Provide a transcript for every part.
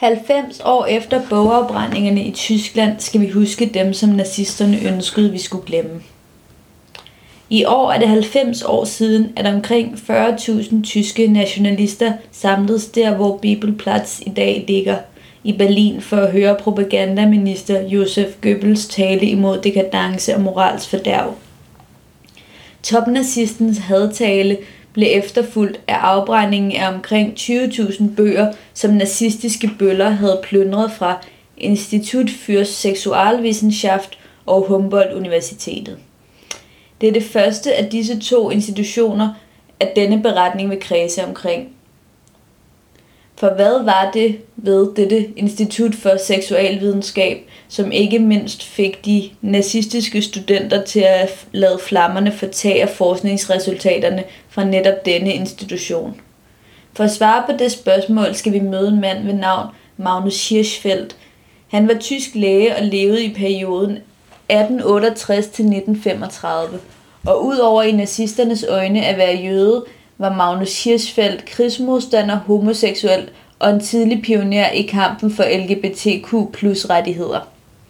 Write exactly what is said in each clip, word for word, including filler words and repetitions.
halvfems år efter bogafbrændingerne i Tyskland skal vi huske dem, som nazisterne ønskede, vi skulle glemme. I år er det halvfems år siden, at omkring fyrre tusind tyske nationalister samledes der, hvor Bibelplatz i dag ligger, i Berlin, for at høre propagandaminister Josef Goebbels tale imod dekadence og morals fordærv. Topnazistens hadtale blev efterfulgt af afbrændingen af omkring tyve tusind bøger, som nazistiske bøller havde plyndret fra Institut für Sexualwissenschaft og Humboldt-universitetet. Det er det første af disse to institutioner, at denne beretning vil kredse omkring. For hvad var det ved dette Institut for Seksualvidenskab, som ikke mindst fik de nazistiske studenter til at lade flammerne fortage forskningsresultaterne fra netop denne institution? For at svare på det spørgsmål skal vi møde en mand ved navn Magnus Hirschfeld. Han var tysk læge og levede i perioden atten otteogtres til nitten femogtredive, og udover i nazisternes øjne at være jøde, var Magnus Hirschfeld krigsmodstander, homoseksuel og en tidlig pioner i kampen for L G B T Q plus rettigheder.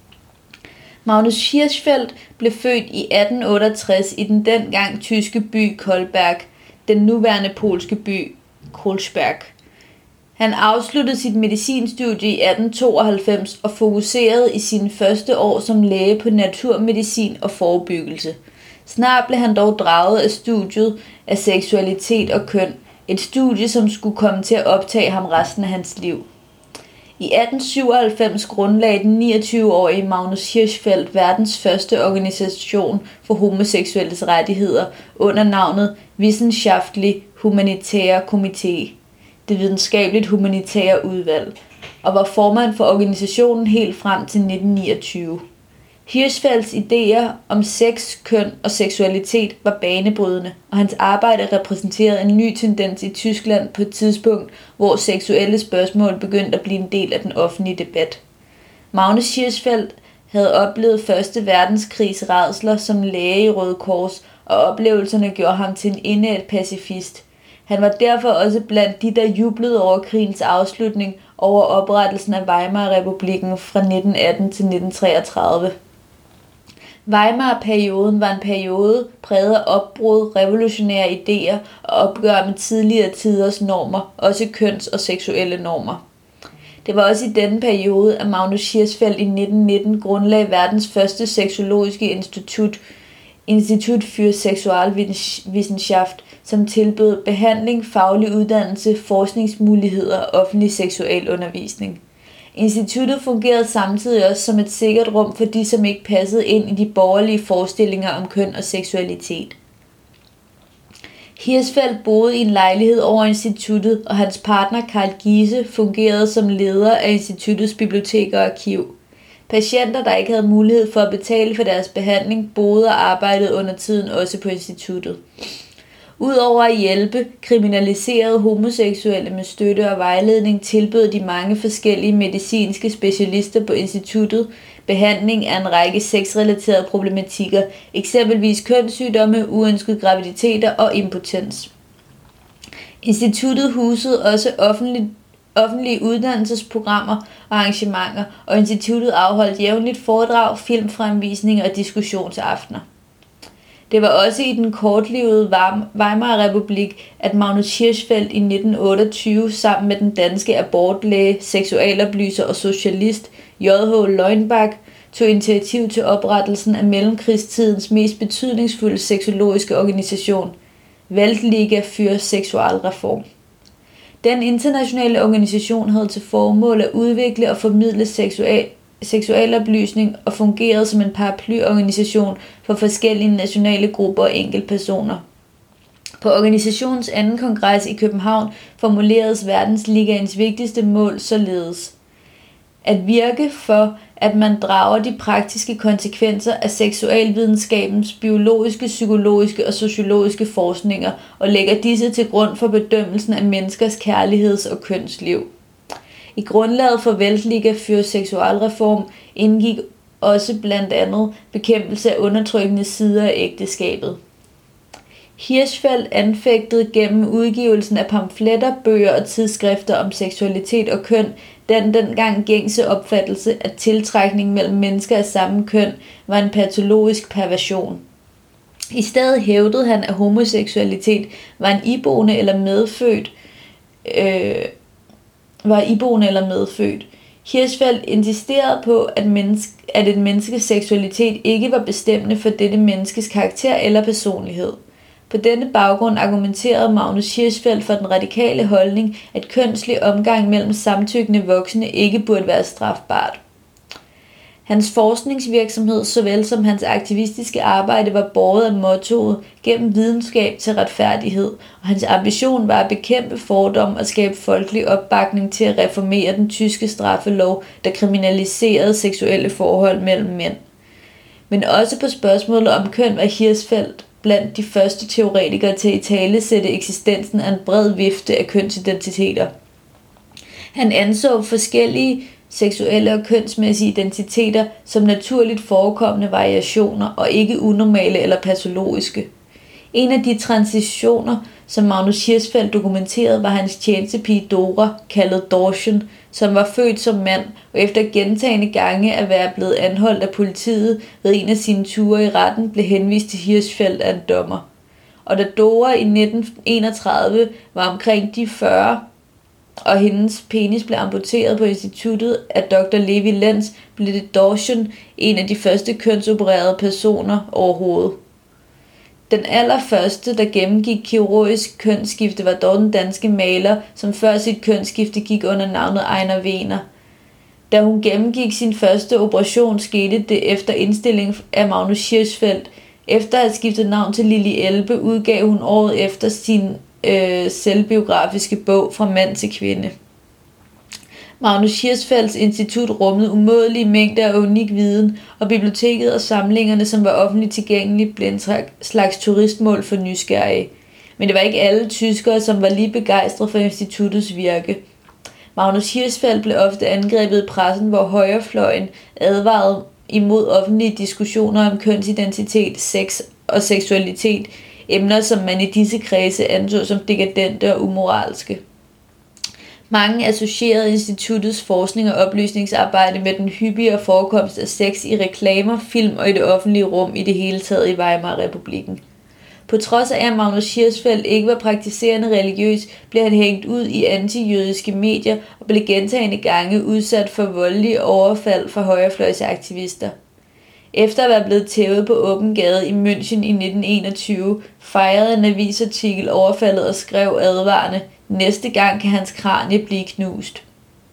Magnus Hirschfeld blev født i atten otteogtres i den dengang tyske by Kolberg, den nuværende polske by Kolberg. Han afsluttede sit medicinstudie i atten tooghalvfems og fokuserede i sine første år som læge på naturmedicin og forebyggelse. Snart blev han dog draget af studiet af seksualitet og køn, et studie, som skulle komme til at optage ham resten af hans liv. I atten syvoghalvfems grundlagde den niogtyve-årige Magnus Hirschfeld verdens første organisation for homoseksuelles rettigheder under navnet Wissenschaftlich Humanitär Komitee, det videnskabeligt humanitære udvalg, og var formand for organisationen helt frem til nitten niogtyve. Hirschfelds idéer om sex, køn og seksualitet var banebrydende, og hans arbejde repræsenterede en ny tendens i Tyskland på et tidspunkt, hvor seksuelle spørgsmål begyndte at blive en del af den offentlige debat. Magnus Hirschfeld havde oplevet første verdenskrigs rædsler som læge i Røde Kors, og oplevelserne gjorde ham til en indædt pacifist. Han var derfor også blandt de, der jublede over krigens afslutning over oprettelsen af Weimar-republikken fra nitten atten til nitten treogtredive. Weimar-perioden var en periode præget af opbrud, revolutionære idéer og opgør med tidligere tiders normer, også køns- og seksuelle normer. Det var også i denne periode, at Magnus Hirschfeld i nitten nitten grundlagde verdens første seksologiske institut, Institut für Sexualwissenschaft, som tilbød behandling, faglig uddannelse, forskningsmuligheder og offentlig seksualundervisning. Instituttet fungerede samtidig også som et sikkert rum for de, som ikke passede ind i de borgerlige forestillinger om køn og seksualitet. Hirschfeld boede i en lejlighed over instituttet, og hans partner Karl Giese fungerede som leder af instituttets bibliotek og arkiv. Patienter, der ikke havde mulighed for at betale for deres behandling, boede og arbejdede under tiden også på instituttet. Udover at hjælpe kriminaliserede homoseksuelle med støtte og vejledning, tilbød de mange forskellige medicinske specialister på instituttet behandling af en række sexrelaterede problematikker, eksempelvis kønssygdomme, uønskede graviditeter og impotens. Instituttet husede også offentligt offentlige uddannelsesprogrammer og arrangementer, og instituttet afholdt jævnligt foredrag, filmfremvisninger og diskussionsaftener. Det var også i den kortlivede Weimar-republik, at Magnus Hirschfeld i nitten otteogtyve sammen med den danske abortlæge, seksualoplyser og socialist J H Leuenbach tog initiativ til oprettelsen af mellemkrigstidens mest betydningsfulde seksologiske organisation, Weltliga für Sexualreform. Den internationale organisation havde til formål at udvikle og formidle seksual, seksualoplysning og fungerede som en paraplyorganisation for forskellige nationale grupper og enkeltpersoner. På organisationens anden kongres i København formuleredes Verdensligaens vigtigste mål således: at virke for, at man drager de praktiske konsekvenser af seksualvidenskabens biologiske, psykologiske og sociologiske forskninger og lægger disse til grund for bedømmelsen af menneskers kærligheds- og kønsliv. I grundlaget for Weltliga für Sexualreform indgik også blandt andet bekæmpelse af undertrykkende sider af ægteskabet. Hirschfeld anfægtede gennem udgivelsen af pamfletter, bøger og tidsskrifter om seksualitet og køn den dengang gængse opfattelse, at tiltrækning mellem mennesker af samme køn var en patologisk perversion. I stedet hævdede han, at homoseksualitet var en iboende eller medfødt øh, var iboende eller medfødt. Hirschfeld insisterede på, at, menneske, at et menneskes seksualitet ikke var bestemmende for dette menneskes karakter eller personlighed. På denne baggrund argumenterede Magnus Hirschfeld for den radikale holdning, at kønslig omgang mellem samtykkende voksne ikke burde være strafbart. Hans forskningsvirksomhed såvel som hans aktivistiske arbejde var båret af mottoet gennem videnskab til retfærdighed, og hans ambition var at bekæmpe fordomme og skabe folkelig opbakning til at reformere den tyske straffelov, der kriminaliserede seksuelle forhold mellem mænd. Men også på spørgsmålet om køn var Hirschfeld blandt de første teoretikere til at italesætte eksistensen af en bred vifte af kønsidentiteter. Han anså forskellige seksuelle og kønsmæssige identiteter som naturligt forekommende variationer og ikke unormale eller patologiske. En af de transitioner, som Magnus Hirschfeld dokumenterede, var hans tjenestepige Dora, kaldet Dorschen, som var født som mand og efter gentagne gange at være blevet anholdt af politiet ved en af sine ture i retten, blev henvist til Hirschfeld af en dommer. Og da Dora i nitten enogtredive var omkring de fyrre, og hendes penis blev amputeret på instituttet af doktor Levi Lenz, blev det Dorschen en af de første kønsopererede personer overhovedet. Den allerførste, der gennemgik kirurgisk kønsskifte, var dog den danske maler, som før sit kønsskifte gik under navnet Ejnar Wehner. Da hun gennemgik sin første operation, skete det efter indstilling af Magnus Hirschfeld. Efter at have skiftet navn til Lili Elbe, udgav hun året efter sin øh, selvbiografiske bog Fra mand til kvinde. Magnus Hirschfelds institut rummede umådelige mængder af unik viden, og biblioteket og samlingerne, som var offentligt tilgængelige, blev en slags turistmål for nysgerrige. Men det var ikke alle tyskere, som var lige begejstrede for instituttets virke. Magnus Hirschfeld blev ofte angrebet i pressen, hvor højrefløjen advarede imod offentlige diskussioner om kønsidentitet, sex og seksualitet, emner som man i disse kredse anså som dekadente og umoralske. Mange associerede instituttets forskning og oplysningsarbejde med den hyppigere forekomst af sex i reklamer, film og i det offentlige rum i det hele taget i Weimar-republikken. På trods af at Magnus Hirschfeld ikke var praktiserende religiøs, blev han hængt ud i antijødiske medier og blev gentagne gange udsat for voldelige overfald fra højrefløjsaktivister. Efter at være blevet tævet på åben gade i München i nitten enogtyve, fejrede en avisartikel overfaldet og skrev advarende: "Næste gang kan hans kranie blive knust."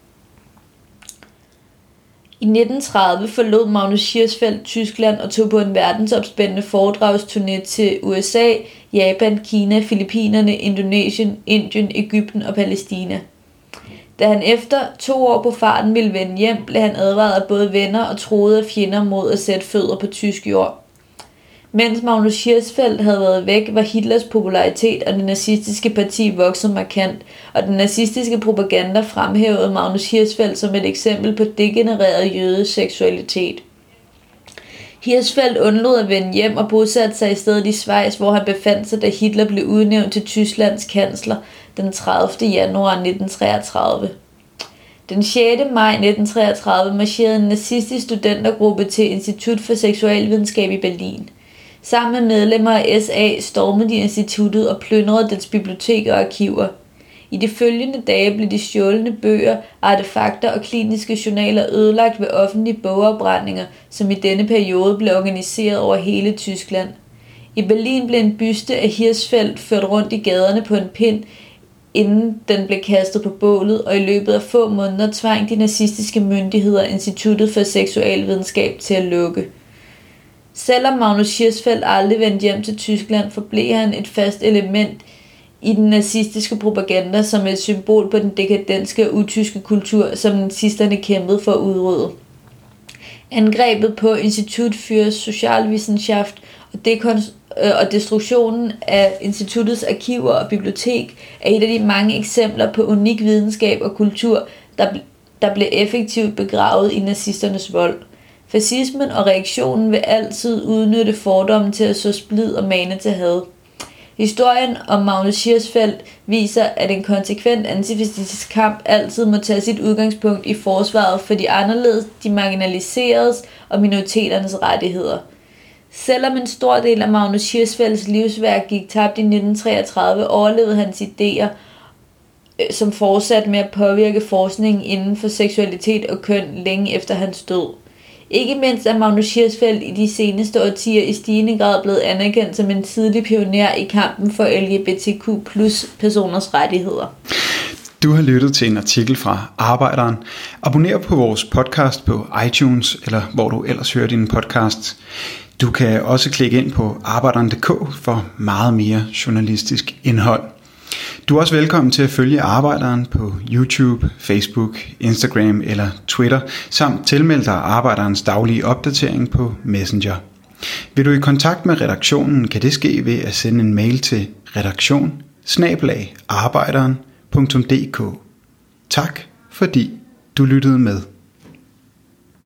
I nitten tredive forlod Magnus Hirschfeld Tyskland og tog på en verdensomspændende foredragsturné til U S A, Japan, Kina, Filippinerne, Indonesien, Indien, Egypten og Palæstina. Da han efter to år på farten ville vende hjem, blev han advaret af både venner og troede af fjender mod at sætte fødder på tysk jord. Mens Magnus Hirschfeld havde været væk, var Hitlers popularitet og det nazistiske parti vokset markant, og den nazistiske propaganda fremhævede Magnus Hirschfeld som et eksempel på degenereret jødisk seksualitet. Hirschfeld undlod at vende hjem og bosatte sig i stedet i Schweiz, hvor han befandt sig, da Hitler blev udnævnt til Tysklands kansler den tredivte januar nitten treogtredive. Den sjette maj nitten treogtredive marcherede en nazistisk studentergruppe til Institut for Seksualvidenskab i Berlin. Sammen med medlemmer af S A stormede de instituttet og plyndrede dets biblioteker og arkiver. I de følgende dage blev de stjålne bøger, artefakter og kliniske journaler ødelagt ved offentlige bogafbrændinger, som i denne periode blev organiseret over hele Tyskland. I Berlin blev en byste af Hirschfeld ført rundt i gaderne på en pind, inden den blev kastet på bålet, og i løbet af få måneder tvang de nazistiske myndigheder Instituttet for Seksualvidenskab til at lukke. Selvom Magnus Hirschfeld aldrig vendte hjem til Tyskland, forblev han et fast element i den nazistiske propaganda som et symbol på den dekadenske og utyske kultur, som nazisterne kæmpede for at udrydde. Angrebet på Institut für Sozialwissenschaft og, dekon- og destruktionen af instituttets arkiver og bibliotek er et af de mange eksempler på unik videnskab og kultur, der, der blev effektivt begravet i nazisternes vold. Fascismen og reaktionen vil altid udnytte fordommen til at så splid og mane til had. Historien om Magnus Hirschfeld viser, at en konsekvent antifascistisk kamp altid må tage sit udgangspunkt i forsvaret for de anderledes, de marginaliseredes og minoriteternes rettigheder. Selvom en stor del af Magnus Hirschfelds livsværk gik tabt i nitten treogtredive, overlevede hans idéer, som fortsatte med at påvirke forskningen inden for seksualitet og køn længe efter hans død. Ikke mindst er Magnus Hirschfeld i de seneste årtier i stigende grad blevet anerkendt som en tidlig pioner i kampen for L G B T Q plus personers rettigheder. Du har lyttet til en artikel fra Arbejderen. Abonner på vores podcast på iTunes, eller hvor du ellers hører din podcast. Du kan også klikke ind på arbejderen punktum d k for meget mere journalistisk indhold. Du er også velkommen til at følge Arbejderen på YouTube, Facebook, Instagram eller Twitter, samt tilmelde dig Arbejderens daglige opdatering på Messenger. Vil du i kontakt med redaktionen, kan det ske ved at sende en mail til redaktion bindestreg arbejderen punktum d k. Tak fordi du lyttede med.